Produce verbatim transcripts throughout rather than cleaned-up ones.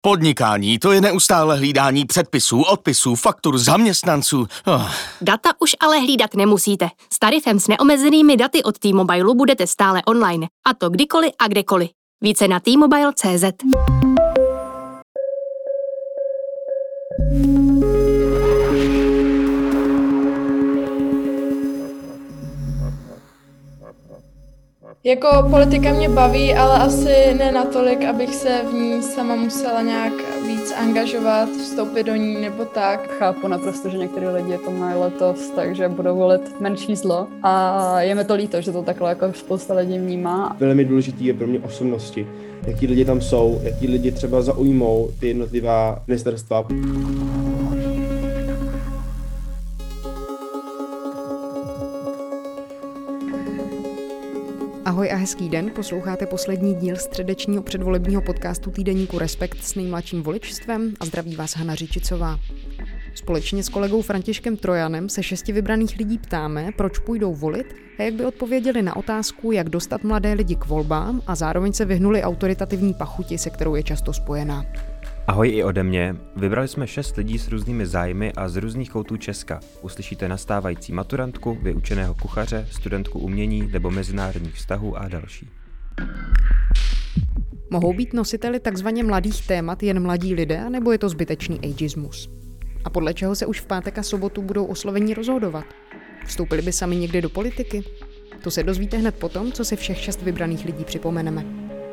Podnikání, to je neustále hlídání předpisů, odpisů, faktur, zaměstnanců. Oh. Data už ale hlídat nemusíte. S tarifem s neomezenými daty od T-Mobile budete stále online. A to kdykoliv a kdekoliv. Více na T Mobile tečka cé zet. Jako politika mě baví, ale asi ne natolik, abych se v ní sama musela nějak víc angažovat, vstoupit do ní nebo tak. Chápu naprosto, že některé lidi to mají letos, takže budou volit menší zlo. A je mi to líto, že to takhle jako spousta lidí vnímá. Velmi důležitý je pro mě osobnosti. Jaký lidi tam jsou, jaký lidi třeba zaujmou ty jednotlivá ministerstva. Ahoj a hezký den, posloucháte poslední díl středečního předvolebního podcastu týdeníku Respekt s nejmladším voličstvem a zdraví vás Hana Říčicová. Společně s kolegou Františkem Trojanem se šesti vybraných lidí ptáme, proč půjdou volit a jak by odpověděli na otázku, jak dostat mladé lidi k volbám a zároveň se vyhnuli autoritativní pachuti, se kterou je často spojená. Ahoj i ode mě. Vybrali jsme šest lidí s různými zájmy a z různých koutů Česka. Uslyšíte nastávající maturantku, vyučeného kuchaře, studentku umění nebo mezinárodních vztahů a další. Mohou být nositeli takzvaně mladých témat jen mladí lidé, nebo je to zbytečný ageismus? A podle čeho se už v pátek a sobotu budou oslovení rozhodovat? Vstoupili by sami někdy do politiky? To se dozvíte hned potom, co si všech šest vybraných lidí připomeneme.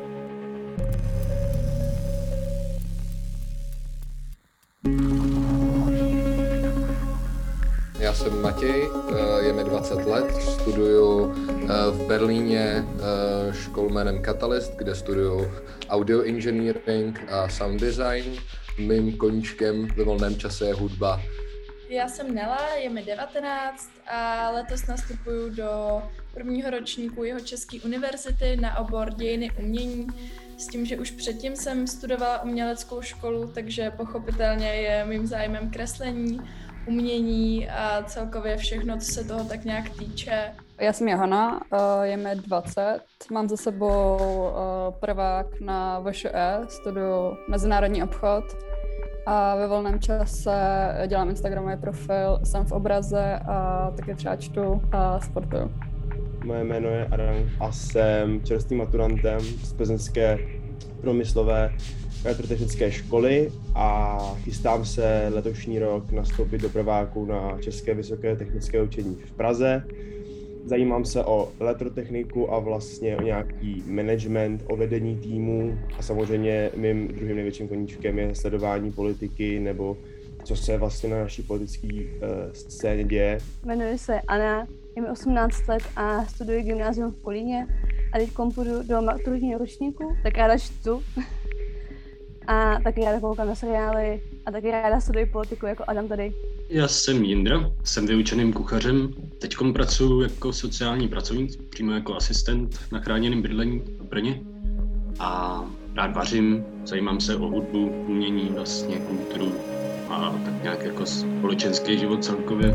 Já jsem Matěj, je mi dvacet let, studuju v Berlíně školu jménem Catalyst, kde studuju audio engineering a sound design. Mým koníčkem ve volném čase je hudba. Já jsem Nela, je mi devatenáct a letos nastupuju do prvního ročníku Jihočeské univerzity na obor dějiny umění. S tím, že už předtím jsem studovala uměleckou školu, takže pochopitelně je mým zájmem kreslení, umění a celkově všechno, co se toho tak nějak týče. Já jsem Johana, je mi dvacet, mám za sebou prvák na V Š E, studuju mezinárodní obchod a ve volném čase dělám Instagramový profil, jsem v obraze a taky třeba čtu a sportuju. Moje jméno je Adam a jsem čerstvým maturantem z plzeňské průmyslové elektrotechnické školy a chystám se letošní rok nastoupit do prváku na České vysoké technické učení v Praze. Zajímám se o elektrotechniku a vlastně o nějaký management, o vedení týmu a samozřejmě mým druhým největším koníčkem je sledování politiky nebo co se vlastně na naší politické uh, scéně děje. Jmenuji se Anna, je mi osmnáct let a studuji gymnázium v Kolíně a teď půjdu do maturitního ročníku, tak ráda čtu a taky ráda koukám na seriály a taky ráda studuji politiku jako Adam tady. Já jsem Jindra, jsem vyučeným kuchařem, teďkom pracuji jako sociální pracovník, přímo jako asistent na chráněném bydlení v Brně a rád vařím, zajímám se o hudbu, umění, vlastně kulturu a tak nějak jako společenský život celkově.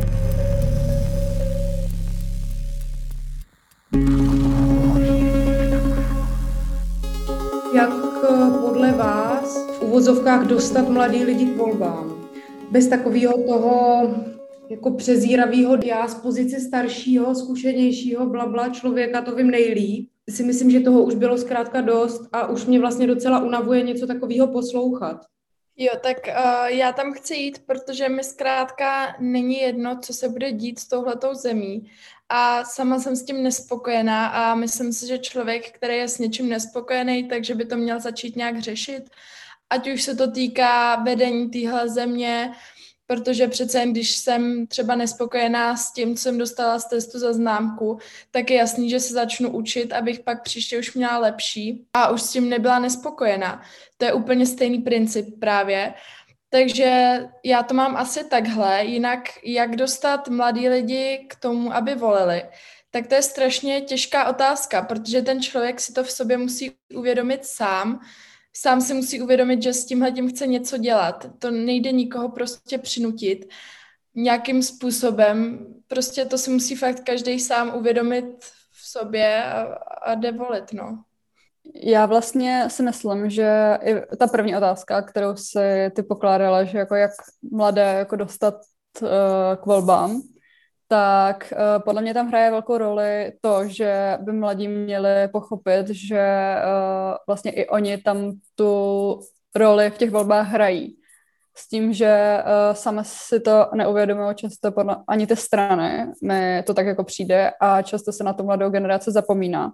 Jak podle vás v uvozovkách dostat mladý lidi k volbám? Bez takového toho jako přezíravého já z pozice staršího, zkušenějšího blabla člověka to vím nejlíp. Si myslím, že toho už bylo zkrátka dost a už mě vlastně docela unavuje něco takového poslouchat. Jo, tak uh, já tam chci jít, protože mi zkrátka není jedno, co se bude dít s touhletou zemí. A sama jsem s tím nespokojená a myslím si, že člověk, který je s něčím nespokojený, takže by to měl začít nějak řešit. Ať už se to týká vedení téhle země, protože přece jen když jsem třeba nespokojená s tím, co jsem dostala z testu za známku, tak je jasný, že se začnu učit, abych pak příště už měla lepší a už s tím nebyla nespokojená. To je úplně stejný princip právě. Takže já to mám asi takhle, jinak jak dostat mladí lidi k tomu, aby volili, tak to je strašně těžká otázka, protože ten člověk si to v sobě musí uvědomit sám, sám si musí uvědomit, že s tímhletím chce něco dělat. To nejde nikoho prostě přinutit nějakým způsobem. Prostě to si musí fakt každý sám uvědomit v sobě a, a jde volit, no. Já vlastně si myslím, že i ta první otázka, kterou si ty pokládala, že jako jak mladé jako dostat uh, k volbám, tak uh, podle mě tam hraje velkou roli to, že by mladí měli pochopit, že uh, vlastně i oni tam tu roli v těch volbách hrají. S tím, že uh, sami si to neuvědomují často podle, ani ty strany, mi to tak jako přijde a často se na tu mladou generaci zapomíná.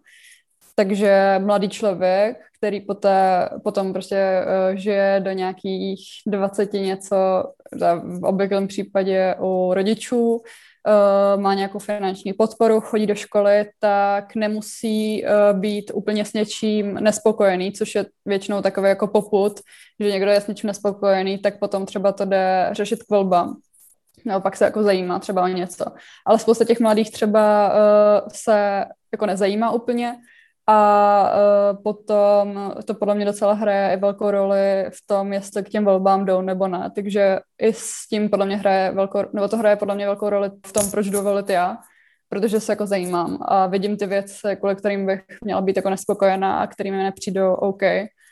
Takže mladý člověk, který poté, potom prostě uh, žije do nějakých dvaceti něco, v obvyklém případě u rodičů, uh, má nějakou finanční podporu, chodí do školy, tak nemusí uh, být úplně s něčím nespokojený, což je většinou takový jako popud, že někdo je s něčím nespokojený, tak potom třeba to jde řešit k volbám. No, pak se jako zajímá třeba o něco. Ale spousta těch mladých třeba uh, se jako nezajímá úplně, a uh, potom to podle mě docela hraje i velkou roli v tom, jestli k těm volbám jdou nebo ne. Takže i s tím podle mě hraje velkou, nebo to hraje podle mě velkou roli v tom, proč jdu volit já, protože se jako zajímám a vidím ty věci, kvůli kterým bych měla být jako nespokojená a kterými nepřijdou OK.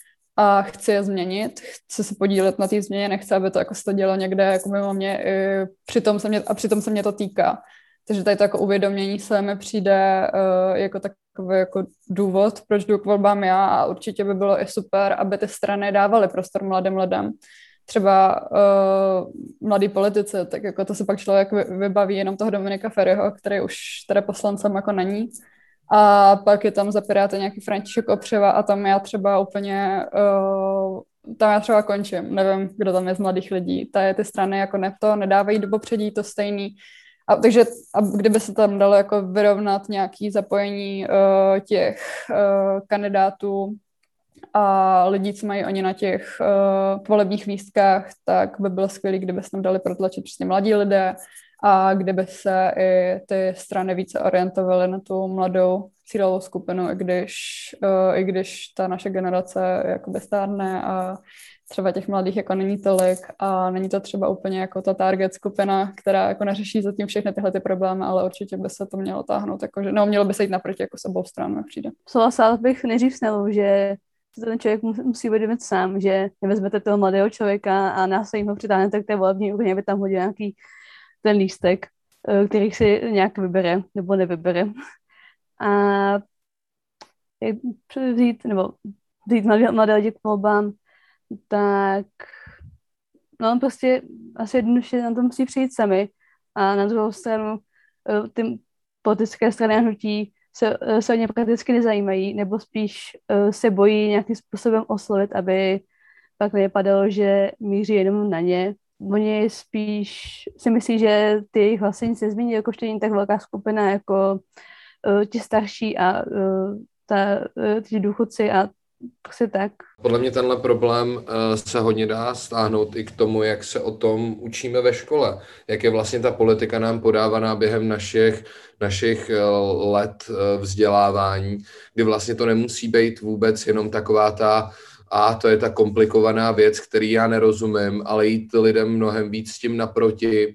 A chci je změnit, chci se podílet na té změně, nechci, aby to jako se to dělo někde jako mimo mě i přitom se mě, a přitom se mě to týká. Takže tady to jako uvědomění se mi přijde uh, jako takový jako důvod, proč jdu k volbám já a určitě by bylo i super, aby ty strany dávaly prostor mladým lidem. Třeba uh, mladý politici, tak jako to se pak člověk vybaví jenom toho Dominika Feriho, který už teda poslancem jako není. A pak je tam za Piráty nějaký František Opřeva a tam já třeba úplně, uh, tam já třeba končím. Nevím, kdo tam je z mladých lidí. Tady ty strany jako ne to, nedávají do popředí to stejný. A takže a kdyby se tam dalo jako vyrovnat nějaké zapojení uh, těch uh, kandidátů a lidí, co mají oni na těch uh, volebních lístkách, tak by bylo skvělé, kdyby se tam dali protlačit přesně mladí lidé a kdyby se i ty strany více orientovaly na tu mladou cílovou skupinu, i když, uh, i když ta naše generace jakoby stárne a třeba těch mladých jako není tolik a není to třeba úplně jako ta target skupina, která jako neřeší zatím všechny tyhle ty problémy, ale určitě by se to mělo táhnout, jakože, no mělo by se jít naproti jako s obou stran, mi přijde. Souhlasila bych nejdřív s Nelou, že ten člověk musí uvědomit sám, že nevezmete toho mladého člověka a následně ho přitáhnete k té volební urně, aby tam hodil nějaký ten lístek, který si nějak vybere nebo nevybere. A vzít, nebo vzít mladé, mladé lidi k volbám, tak no prostě asi jednoduše na to musí přijít sami a na druhou stranu ty politické strany a hnutí se, se o ně prakticky nezajímají nebo spíš se bojí nějakým způsobem oslovit, aby pak nevypadalo, že míří jenom na ně. Oni spíš si myslí, že ty jejich hlasy nic nezmění, jakožto není tak velká skupina jako uh, ti starší a uh, ta, uh, ti důchodci a prostě tak. Podle mě tenhle problém uh, se hodně dá stáhnout i k tomu, jak se o tom učíme ve škole. Jak je vlastně ta politika nám podávaná během našich, našich uh, let uh, vzdělávání, kdy vlastně to nemusí být vůbec jenom taková ta a to je ta komplikovaná věc, který já nerozumím, ale jít lidem mnohem víc s tím naproti,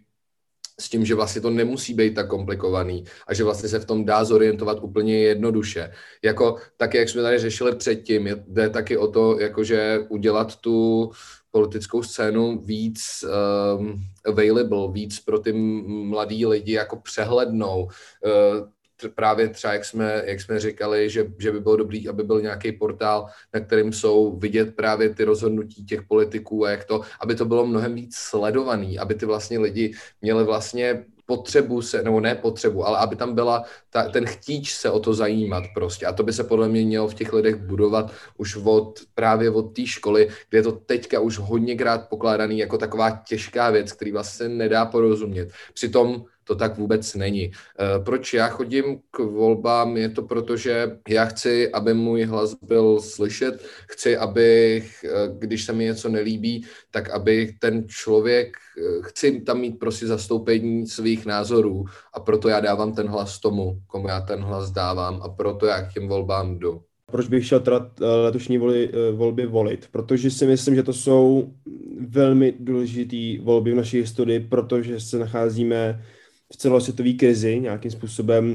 s tím, že vlastně to nemusí být tak komplikovaný a že vlastně se v tom dá zorientovat úplně jednoduše. Jako taky, jak jsme tady řešili předtím, jde taky o to, jakože udělat tu politickou scénu víc um, available, víc pro ty mladý lidi jako přehlednou. Uh, právě třeba, jak jsme, jak jsme říkali, že, že by bylo dobrý, aby byl nějaký portál, na kterým jsou vidět právě ty rozhodnutí těch politiků a jak to, aby to bylo mnohem víc sledovaný, aby ty vlastně lidi měli vlastně potřebu se, nebo ne potřebu, ale aby tam byla ta, ten chtíč se o to zajímat prostě. A to by se podle mě mělo v těch lidech budovat už od, právě od té školy, kde je to teďka už hodněkrát pokládaný jako taková těžká věc, který vlastně nedá porozumět. Přitom to tak vůbec není. Proč já chodím k volbám? Je to proto, že já chci, aby můj hlas byl slyšet, chci, aby, když se mi něco nelíbí, tak aby ten člověk, chci tam mít prostě zastoupení svých názorů a proto já dávám ten hlas tomu, komu já ten hlas dávám a proto já k těm volbám jdu. Proč bych šel teda letošní voli, volby volit? Protože si myslím, že to jsou velmi důležité volby v naší historii, protože se nacházíme v celosvětové krizi, nějakým způsobem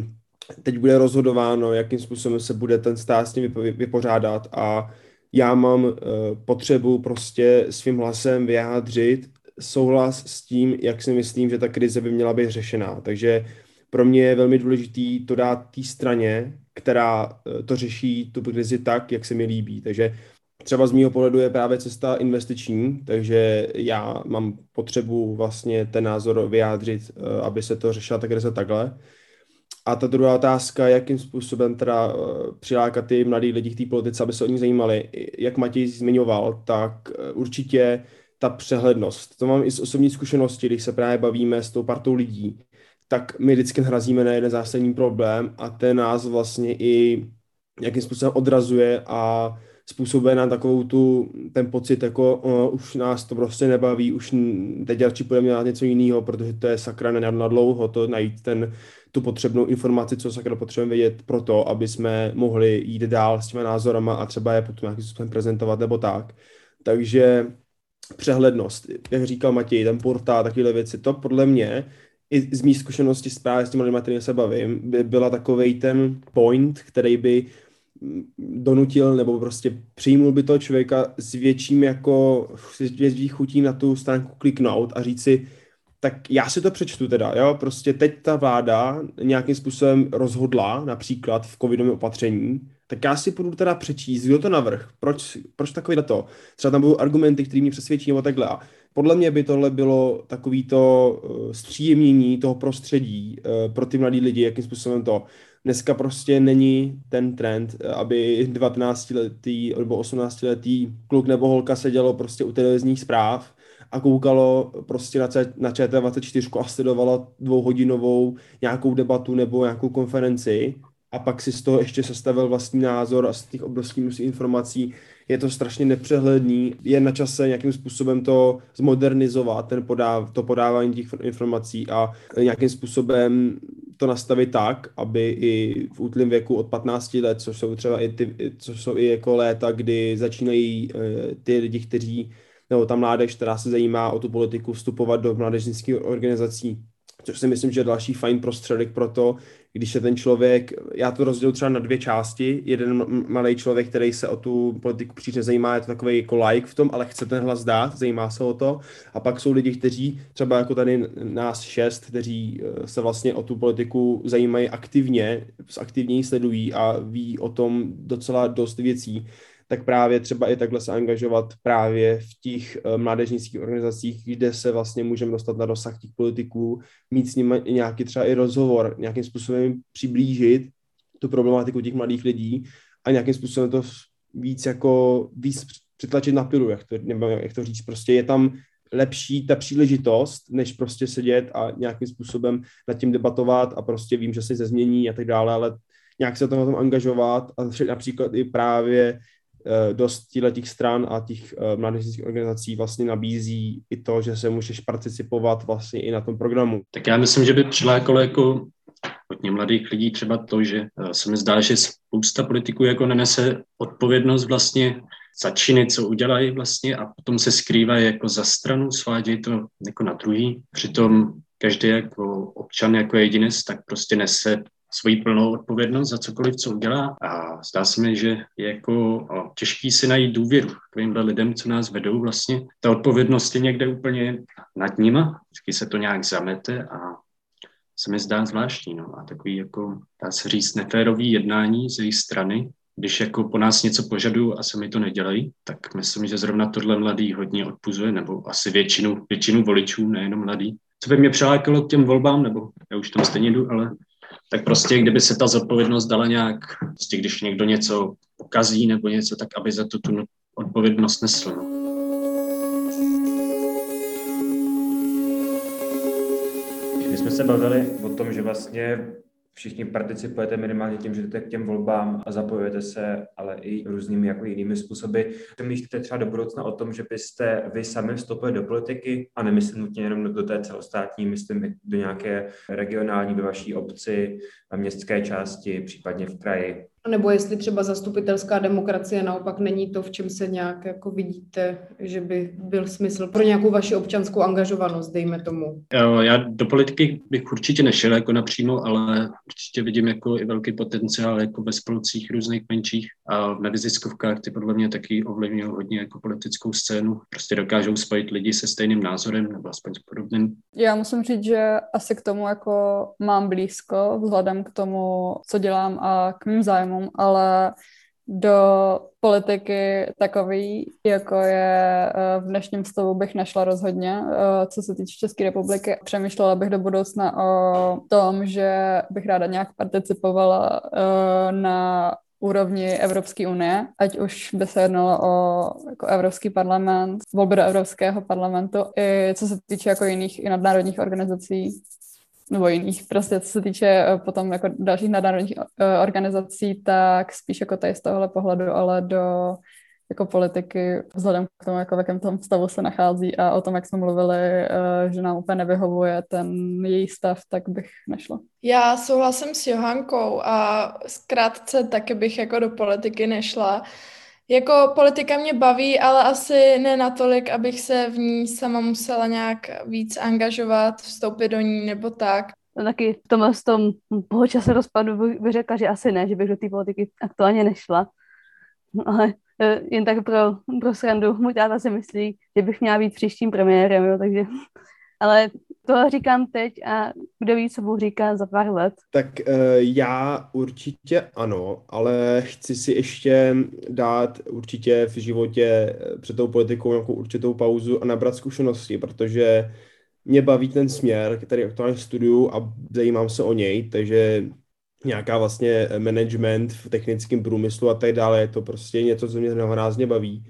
teď bude rozhodováno, jakým způsobem se bude ten stát s tím vypořádat a já mám uh, potřebu prostě svým hlasem vyjádřit souhlas s tím, jak si myslím, že ta krize by měla být řešená. Takže pro mě je velmi důležitý to dát té straně, která uh, to řeší tu krizi tak, jak se mi líbí. Takže třeba z mýho pohledu je právě cesta investiční, takže já mám potřebu vlastně ten názor vyjádřit, uh, aby se to řešila ta krize takhle. A ta druhá otázka, jakým způsobem teda přilákat ty mladý lidi k té politice, aby se o ní zajímali. Jak Matěj zmiňoval, tak určitě ta přehlednost. To mám i z osobní zkušenosti, když se právě bavíme s tou partou lidí, tak my vždycky narazíme na jeden zásadní problém a ten nás vlastně i jakým způsobem odrazuje a způsobuje nám takovou tu, ten pocit, jako uh, už nás to prostě nebaví, už teď radši půjdeme dělat něco jiného, protože to je sakra na dlouho, to najít ten, tu potřebnou informaci, co sakra potřebujeme vědět pro to, aby jsme mohli jít dál s těma názorama a třeba je potom nějakým způsobem prezentovat nebo tak. Takže přehlednost, jak říkal Matěj, ten portál, takovéhle věci, to podle mě i z mých zkušeností právě s těmi lidmi, kterými se bavím, by byla takovej ten point, který by donutil nebo prostě přijmul by toho člověka s větším jako s větší chutí na tu stránku kliknout a říct si, tak já si to přečtu teda, jo, prostě teď ta vláda nějakým způsobem rozhodla, například v covidovém opatření, tak já si půjdu teda přečíst, kdo to navrh, proč, proč takovýhle to, třeba tam budou argumenty, které mě přesvědčí nebo takhle. A podle mě by tohle bylo takový to zpříjemnění toho prostředí pro ty mladý lidi, jakým způsobem to. Dneska prostě není ten trend, aby devatenáctiletý nebo osmnáctiletý kluk nebo holka sedělo prostě u televizních zpráv a koukalo prostě na, C- na Č T dvacet čtyři a sledovalo dvouhodinovou nějakou debatu nebo nějakou konferenci a pak si z toho ještě sestavil vlastní názor a z těch obrovských množství informací. Je to strašně nepřehledný. Je na čase nějakým způsobem to zmodernizovat, ten podáv, to podávání těch informací a nějakým způsobem to nastavit tak, aby i v útlém věku od patnácti let, což jsou třeba i ty, což jsou i jako léta, kdy začínají ty lidi, kteří, nebo ta mládež, která se zajímá o tu politiku, vstupovat do mládežnických organizací, což si myslím, že je další fajn prostředek pro to, když je ten člověk, já to rozdělu třeba na dvě části, jeden malý člověk, který se o tu politiku příliš nezajímá, je to takový jako like v tom, ale chce ten hlas dát, zajímá se o to, a pak jsou lidi, kteří třeba jako tady nás šest, kteří se vlastně o tu politiku zajímají aktivně, aktivně sledují a ví o tom docela dost věcí, tak právě třeba i takhle se angažovat právě v těch uh, mládežnických organizacích, kde se vlastně můžeme dostat na dosah těch politiků, mít s nimi nějaký třeba i rozhovor, nějakým způsobem přiblížit tu problematiku těch mladých lidí a nějakým způsobem to víc jako víc přitlačit na pilu, jak to, nebo jak to říct, prostě je tam lepší ta příležitost, než prostě sedět a nějakým způsobem nad tím debatovat a prostě vím, že se změní a tak dále, ale nějak se tam angažovat a například i právě dost těch stran a těch uh, mládežnických organizací vlastně nabízí i to, že se můžeš participovat vlastně i na tom programu. Tak já myslím, že by přilákalo jako hodně mladých lidí třeba to, že uh, se mi zdá, že spousta politiků jako nenese odpovědnost vlastně za činy, co udělají vlastně a potom se skrývají jako za stranu, svádějí to jako na druhý. Přitom každý jako občan, jako jedinec, tak prostě nese svoji plnou odpovědnost za cokoliv, co udělá. A zdá se mi, že je jako těžký si najít důvěru takovýmhle lidem, co nás vedou vlastně. Ta odpovědnost je někde úplně nad nima, vždycky se to nějak zamete a se mi zdá zvláštní. No. A takový jako, dá se říct, neférový jednání z jejich strany, když jako po nás něco požadují a sami to nedělají, tak myslím, že zrovna tohle mladý hodně odpuzuje, nebo asi většinu, většinu voličů, nejenom mladý. Co by mě přilákalo k těm volbám, nebo já už tam stejně jdu, ale tak prostě, kdyby se ta zodpovědnost dala nějak, prostě když někdo něco pokazí nebo něco, tak aby za to tu odpovědnost nesl. No. My jsme se bavili o tom, že vlastně všichni participujete minimálně tím, že jdete k těm volbám a zapojujete se, ale i různými jako jinými způsoby. Myslíte třeba do budoucna o tom, že byste vy sami vstoupili do politiky a nemyslím nutně jenom do té celostátní, myslím do nějaké regionální ve vaší obci, městské části, případně v kraji? Nebo jestli třeba zastupitelská demokracie naopak není to, v čem se nějak jako vidíte, že by byl smysl pro nějakou vaši občanskou angažovanost, dejme tomu. Já do politiky bych určitě nešel jako napřímo, ale určitě vidím jako i velký potenciál jako ve spolcích různých menších a v neziskovkách ty podle mě taky ovlivňují hodně jako politickou scénu. Prostě dokážou spojit lidi se stejným názorem nebo aspoň s podobným. Já musím říct, že asi k tomu jako mám blízko vzhledem k tomu, co dělám a k mým zájmům, ale do politiky takový, jako je v dnešním stavu, bych nešla rozhodně, co se týče České republiky. Přemýšlela bych do budoucna o tom, že bych ráda nějak participovala na úrovni Evropské unie, ať už by se jednalo o jako Evropský parlament, volby do Evropského parlamentu, i co se týče jako jiných i nadnárodních organizací, nebo jiných, prostě co se týče potom jako dalších nadnárodních organizací, tak spíš jako tady z tohohle pohledu, ale do jako politiky, vzhledem k tomu, jako v jakém tom stavu se nachází a o tom, jak jsme mluvili, že nám úplně nevyhovuje ten její stav, tak bych nešla. Já souhlasím s Johankou a zkrátce taky bych jako do politiky nešla. Jako politika mě baví, ale asi ne natolik, abych se v ní sama musela nějak víc angažovat, vstoupit do ní nebo tak. No taky v tomhle z tom poločase rozpadu bych řekla, že asi ne, že bych do té politiky aktuálně nešla. Ale jen tak pro, pro srandu, můj táta si myslí, že bych měla být příštím premiérem, jo, takže... Ale to říkám teď a kdo ví, co budu říkat za pár let. Tak uh, já určitě ano, ale chci si ještě dát určitě v životě před tou politikou nějakou určitou pauzu a nabrat zkušenosti, protože mě baví ten směr, který aktuálně studuju a zajímám se o něj, takže nějaká vlastně management v technickém průmyslu a tak dále, je to prostě něco, co mě hrozně baví.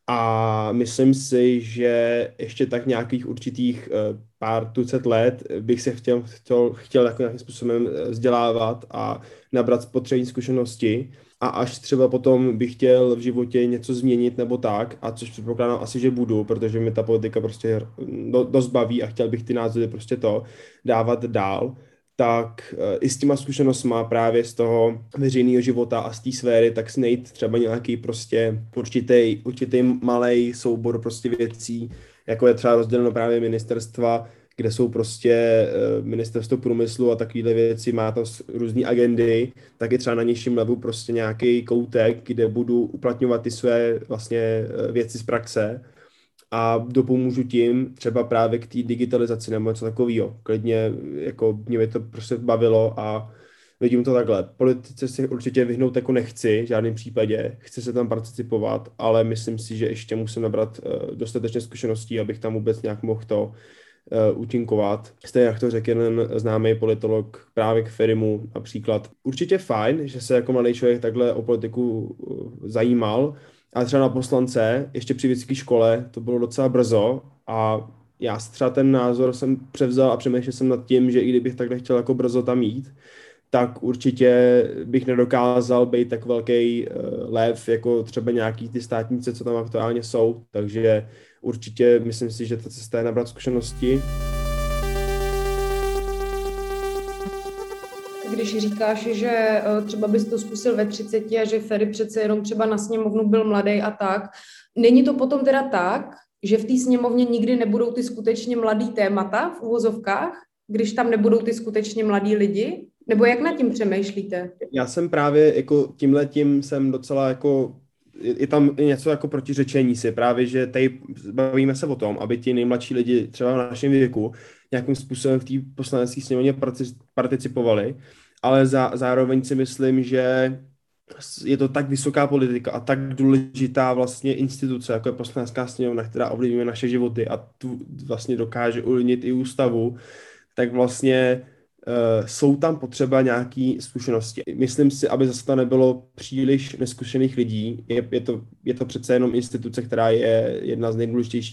A myslím si, že ještě tak nějakých určitých pár tucet let bych se chtěl, chtěl, chtěl jako nějakým způsobem vzdělávat a nabrat potřební zkušenosti. A až třeba potom bych chtěl v životě něco změnit nebo tak, a což předpokládám asi, že budu, protože mi ta politika prostě dost baví a chtěl bych ty názory prostě to dávat dál, tak i s těma zkušenostma právě z toho veřejného života a z té sféry, tak si najít třeba nějaký prostě určitý, určitý malej soubor prostě věcí, jako je třeba rozděleno právě ministerstva, kde jsou prostě ministerstvo průmyslu a takovéhle věci, má to různé agendy, tak je třeba na nižším levelu prostě nějaký koutek, kde budu uplatňovat ty své vlastně věci z praxe a dopomůžu tím třeba právě k té digitalizaci nebo něco takového. Klidně jako mě by to prostě bavilo a vidím to takhle. Politice si určitě vyhnout jako nechci v žádném případě, chci se tam participovat, ale myslím si, že ještě musím nabrat uh, dostatečné zkušeností, abych tam vůbec nějak mohl to uh, účinkovat. Stejně jak to řekl jeden známý politolog právě k Ferimu například. Určitě fajn, že se jako mladý člověk takhle o politiku uh, zajímal, ale třeba na poslance, ještě při vysoké škole, to bylo docela brzo a já třeba ten názor jsem převzal a přemýšlel jsem nad tím, že i kdybych takhle chtěl jako brzo tam jít, tak určitě bych nedokázal být tak velký uh, lev, jako třeba nějaký ty státnice, co tam aktuálně jsou, takže určitě myslím si, že ta cesta je nabrat zkušenosti. Když říkáš, že třeba bys to zkusil ve třiceti a že Feri přece jenom třeba na sněmovnu byl mladý a tak, není to potom teda tak, že v té sněmovně nikdy nebudou ty skutečně mladý témata v uvozovkách, když tam nebudou ty skutečně mladí lidi? Nebo jak nad tím přemýšlíte? Já jsem právě jako tímhletím jsem docela jako, je tam něco jako protiřečení si, právě, že tady bavíme se o tom, aby ti nejmladší lidi třeba v našem věku nějakým způsobem v té poslanecké sněmovně participovali, ale zá, zároveň si myslím, že je to tak vysoká politika a tak důležitá vlastně instituce, jako je poslanecká sněmovna, která ovlivňuje naše životy a tu vlastně dokáže ovlivnit i ústavu, tak vlastně uh, jsou tam potřeba nějaké zkušenosti. Myslím si, aby zase to nebylo příliš neskušených lidí. Je, je, to, je to přece jenom instituce, která je jedna z nejdůležitějších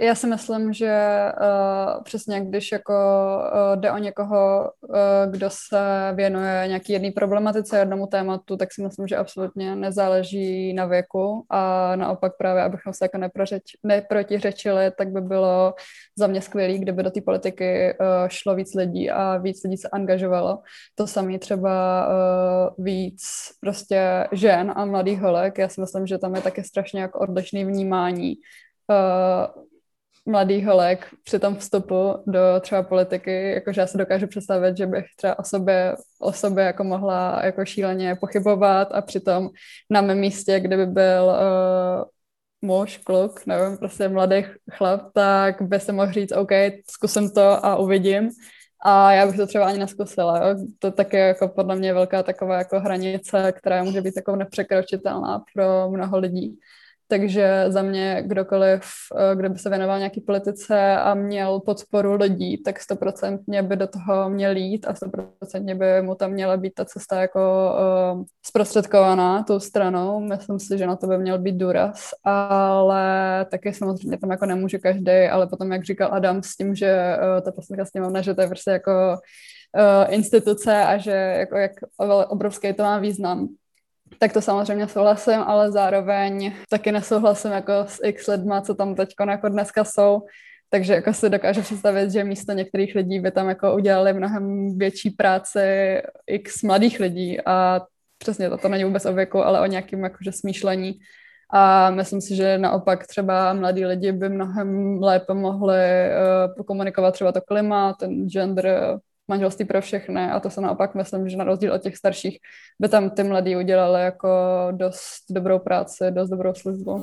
Já si myslím, že uh, přesně když jako uh, jde o někoho, uh, kdo se věnuje nějaký jedné problematice, jednomu tématu, tak si myslím, že absolutně nezáleží na věku a naopak právě, abychom se jako neprořeč, neprotiřečili, tak by bylo za mě skvělý, kdyby do té politiky uh, šlo víc lidí a víc lidí se angažovalo. To samé třeba uh, víc prostě žen a mladých holek. Já si myslím, že tam je také strašně jako odlišné vnímání uh, mladých holek při tom vstupu do třeba politiky, jakože já si dokážu představit, že bych třeba o sobě, o sobě jako mohla jako šíleně pochybovat a přitom na mém místě, kde by byl uh, muž, kluk, nevím, prostě mladý chlap, tak by se mohl říct, OK, zkusím to a uvidím. A já bych to třeba ani neskusila. Jo? To taky jako podle mě velká taková jako hranice, která může být jako nepřekročitelná pro mnoho lidí. Takže za mě kdokoliv, kdo by se věnoval nějaký politice a měl podporu lidí, tak stoprocentně by do toho měl jít a stoprocentně by mu tam měla být ta cesta jako uh, zprostředkovaná tou stranou. Myslím si, že na to by měl být důraz, ale taky samozřejmě tam jako nemůže každý, ale potom, jak říkal Adam, s tím, že uh, ta Poslanecká sněmovna, že to je prostě jako uh, instituce a že jako jak obrovský to má význam, tak to samozřejmě souhlasím, ale zároveň taky nesouhlasím jako s x lidma, co tam teď jako dneska jsou. Takže jako si dokážu představit, že místo některých lidí by tam jako udělali mnohem větší práci x mladých lidí a přesně to, to není vůbec o věku, ale o nějakým jakože smýšlení. A myslím si, že naopak třeba mladí lidi by mnohem lépe mohli uh, pokomunikovat třeba to klima, ten gender, manželství pro všechny a to se naopak myslím, že na rozdíl od těch starších by tam ty mladí udělali jako dost dobrou práci, dost dobrou službu.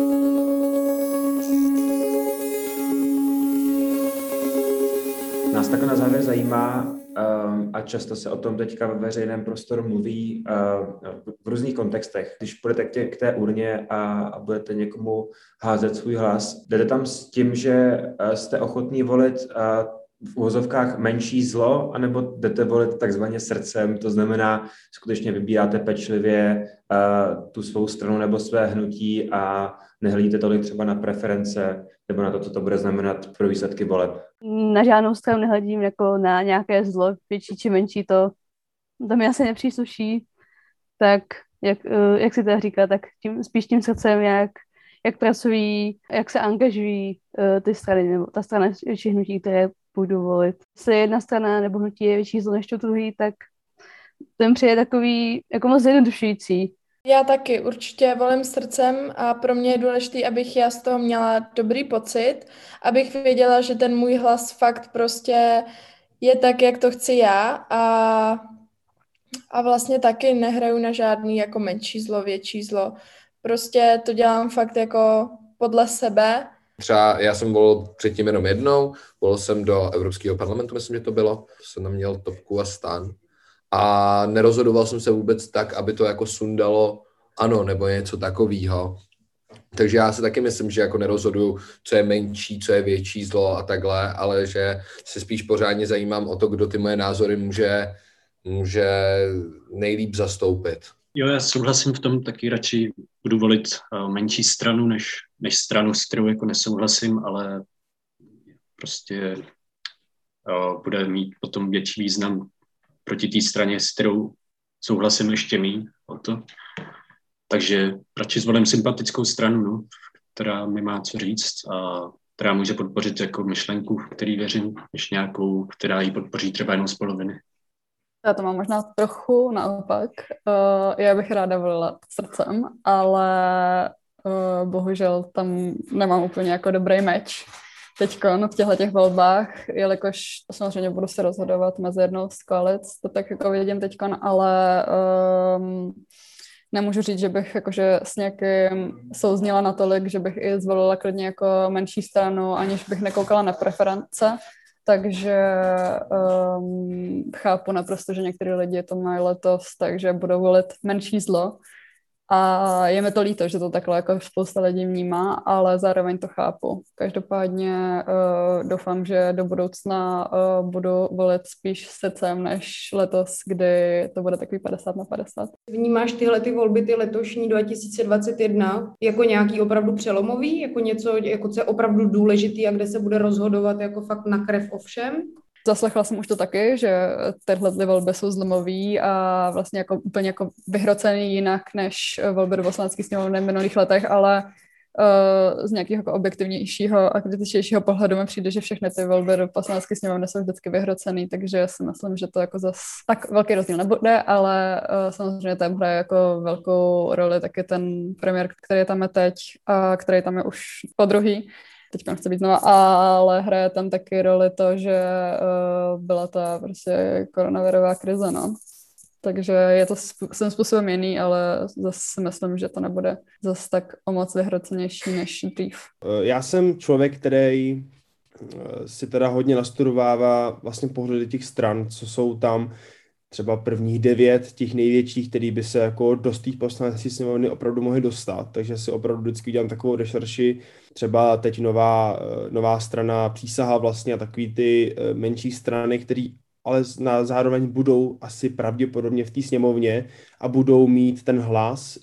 Nás takhle na závěr zajímá, um, a často se o tom teďka ve veřejném prostoru mluví uh, v různých kontextech. Když půjdete k, tě, k té urně a, a budete někomu házet svůj hlas, jdete tam s tím, že uh, jste ochotní volit uh, v uvozovkách menší zlo, anebo jdete volit takzvaně srdcem, to znamená, skutečně vybíráte pečlivě uh, tu svou stranu nebo své hnutí a nehlídíte tolik třeba na preference nebo na to, co to bude znamenat pro výsledky voleb. Na žádnou stranu nehledím jako na nějaké zlo, větší či menší, to, to mi asi nepřísluší. Tak, jak, jak si to říká, tak tím, spíš tím srdcem, jak, jak pracují, jak se angažují uh, ty strany, nebo ta strana či hnutí, které budu volit. Jestli jedna strana nebo hnutí je větší zlo než to druhý, tak ten přijde takový jako moc zjednodušující. Já taky určitě volím srdcem a pro mě je důležité, abych já z toho měla dobrý pocit, abych věděla, že ten můj hlas fakt prostě je tak, jak to chci já a, a vlastně taky nehraju na žádný jako menší zlo, větší zlo. Prostě to dělám fakt jako podle sebe. Třeba já jsem volil předtím jenom jednou, volil jsem do Evropského parlamentu, myslím, že to bylo, jsem tam měl Topku a STAN a nerozhodoval jsem se vůbec tak, aby to jako sundalo ANO nebo něco takového. Takže já si taky myslím, že jako nerozhoduju, co je menší, co je větší zlo a takhle, ale že se spíš pořádně zajímám o to, kdo ty moje názory může, může nejlíp zastoupit. Jo, já souhlasím v tom, taky radši budu volit uh, menší stranu, než, než stranu, s kterou jako nesouhlasím, ale prostě uh, bude mít potom větší význam proti té straně, s kterou souhlasím ještě míň o to. Takže radši zvolím sympatickou stranu, no, která mi má co říct a která může podpořit jako myšlenku, v který věřím, než nějakou, která ji podpoří třeba jenom z poloviny. Já to mám možná trochu naopak. Uh, já bych ráda volila srdcem, ale uh, bohužel tam nemám úplně jako dobrý meč teďkon v těchto těch volbách, jelikož samozřejmě budu se rozhodovat mezi jednou z koalic, to tak jako vidím teďkon, ale um, nemůžu říct, že bych jakože s někým souznila natolik, že bych i zvolila klidně jako menší stranu, aniž bych nekoukala na preference. Takže um, chápu naprosto, že některý lidi to mají letos, takže budou volit menší zlo. A je mi to líto, že to takhle jako spousta lidí vnímá, ale zároveň to chápu. Každopádně uh, doufám, že do budoucna uh, budu volit spíš srdcem než letos, kdy to bude takový padesát na padesát. Vnímáš tyhle ty volby, ty letošní dva tisíce dvacet jedna, jako nějaký opravdu přelomový, jako něco, jako co je opravdu důležitý a kde se bude rozhodovat jako fakt na krev o všem? Zaslechla jsem už to taky, že tyhle volby jsou zlomový a vlastně jako úplně jako vyhrocený jinak než volby do Poslanecké sněmovny v minulých letech, ale uh, z nějakého jako objektivnějšího a kritičtějšího pohledu mi přijde, že všechny ty volby do Poslanecké sněmovny jsou vždycky vyhrocený, takže si myslím, že to jako zas tak velký rozdíl nebude, ale uh, samozřejmě tam hraje jako velkou roli taky ten premiér, který tam je teď a který tam je už po druhý. Teďka nechce být znova, ale hraje tam taky roli to, že uh, byla ta prostě koronavirová krize, no. Takže je to svým způsobem jiný, ale zase si myslím, že to nebude zase tak o moc vyhrocenější než dřív. Já jsem člověk, který si teda hodně nastudovává vlastně pohledy těch stran, co jsou tam třeba prvních devět těch největších, který by se jako do té poslanecké sněmovny opravdu mohli dostat, takže si opravdu vždycky dělám takovou rešerši, třeba teď nová, nová strana Přísaha vlastně a takový ty menší strany, který ale na zároveň budou asi pravděpodobně v té sněmovně a budou mít ten hlas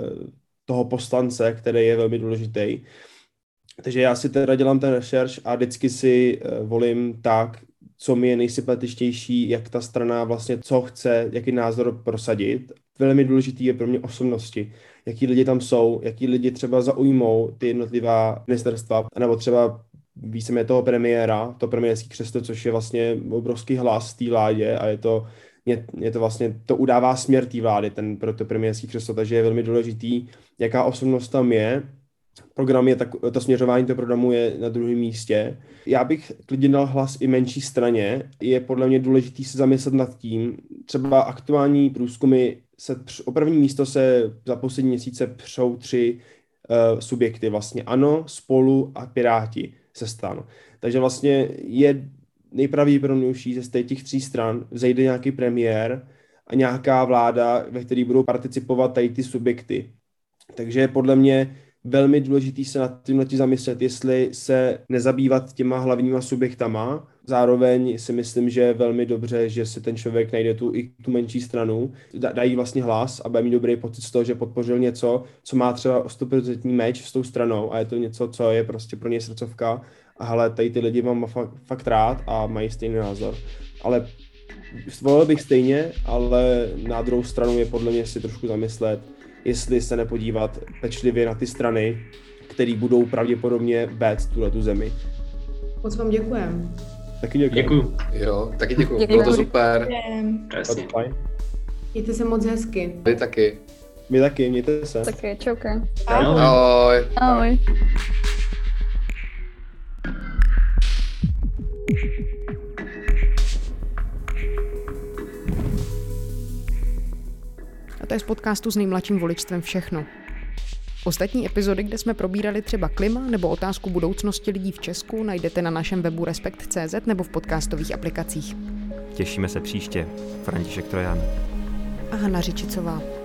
toho poslance, který je velmi důležitý. Takže já si teda dělám ten rešerš a vždycky si volím tak, co mi je nejsympatičtější, jak ta strana vlastně, co chce, jaký názor prosadit. Velmi důležitý je pro mě osobnosti, jaký lidi tam jsou, jaký lidi třeba zaujmou ty jednotlivá ministerstva, nebo třeba víceméně toho premiéra, to premiérský křeslo, což je vlastně obrovský hlas v té vládě a je to, je, je to vlastně, to udává směr té vlády, ten pro to premiérský křeslo, takže je velmi důležitý, jaká osobnost tam je. Program je tak, to směřování toho programu je na druhém místě. Já bych klidně dal hlas i menší straně. Je podle mě důležitý se zamyslet nad tím, třeba aktuální průzkumy, se o první místo se za poslední měsíce přou tři uh, subjekty, vlastně ANO, Spolu a Piráti se STAN. Takže vlastně je nejpravděpodobnější, že z těch tří stran vzejde nějaký premiér a nějaká vláda, ve které budou participovat tady ty subjekty. Takže podle mě velmi důležitý se nad tímhle zamyslet, jestli se nezabývat těma hlavníma subjektama. Zároveň si myslím, že je velmi dobře, že si ten člověk najde tu i tu menší stranu, dají vlastně hlas a bude mít dobrý pocit z toho, že podpořil něco, co má třeba sto procent meč s tou stranou a je to něco, co je prostě pro něj srdcovka. A hele, tady ty lidi mám fakt, fakt rád a mají stejný názor. Ale volil bych stejně, ale na druhou stranu je podle mě si trošku zamyslet, jestli se nepodívat pečlivě na ty strany, které budou pravděpodobně vést tuhletu zemi. Moc vám děkujem. Taky děkuji. Děkuji. Jo, taky děkuji. Bylo to super. Krásně. Mějte se moc hezky. Vy taky. My taky, mějte se. Taky, čauka. Ahoj. Ahoj. Ahoj. A to je z podcastu s nejmladším voličstvem všechno. Ostatní epizody, kde jsme probírali třeba klima nebo otázku budoucnosti lidí v Česku, najdete na našem webu respekt tečka cé zet nebo v podcastových aplikacích. Těšíme se příště. František Trojan a Hana Řičicová.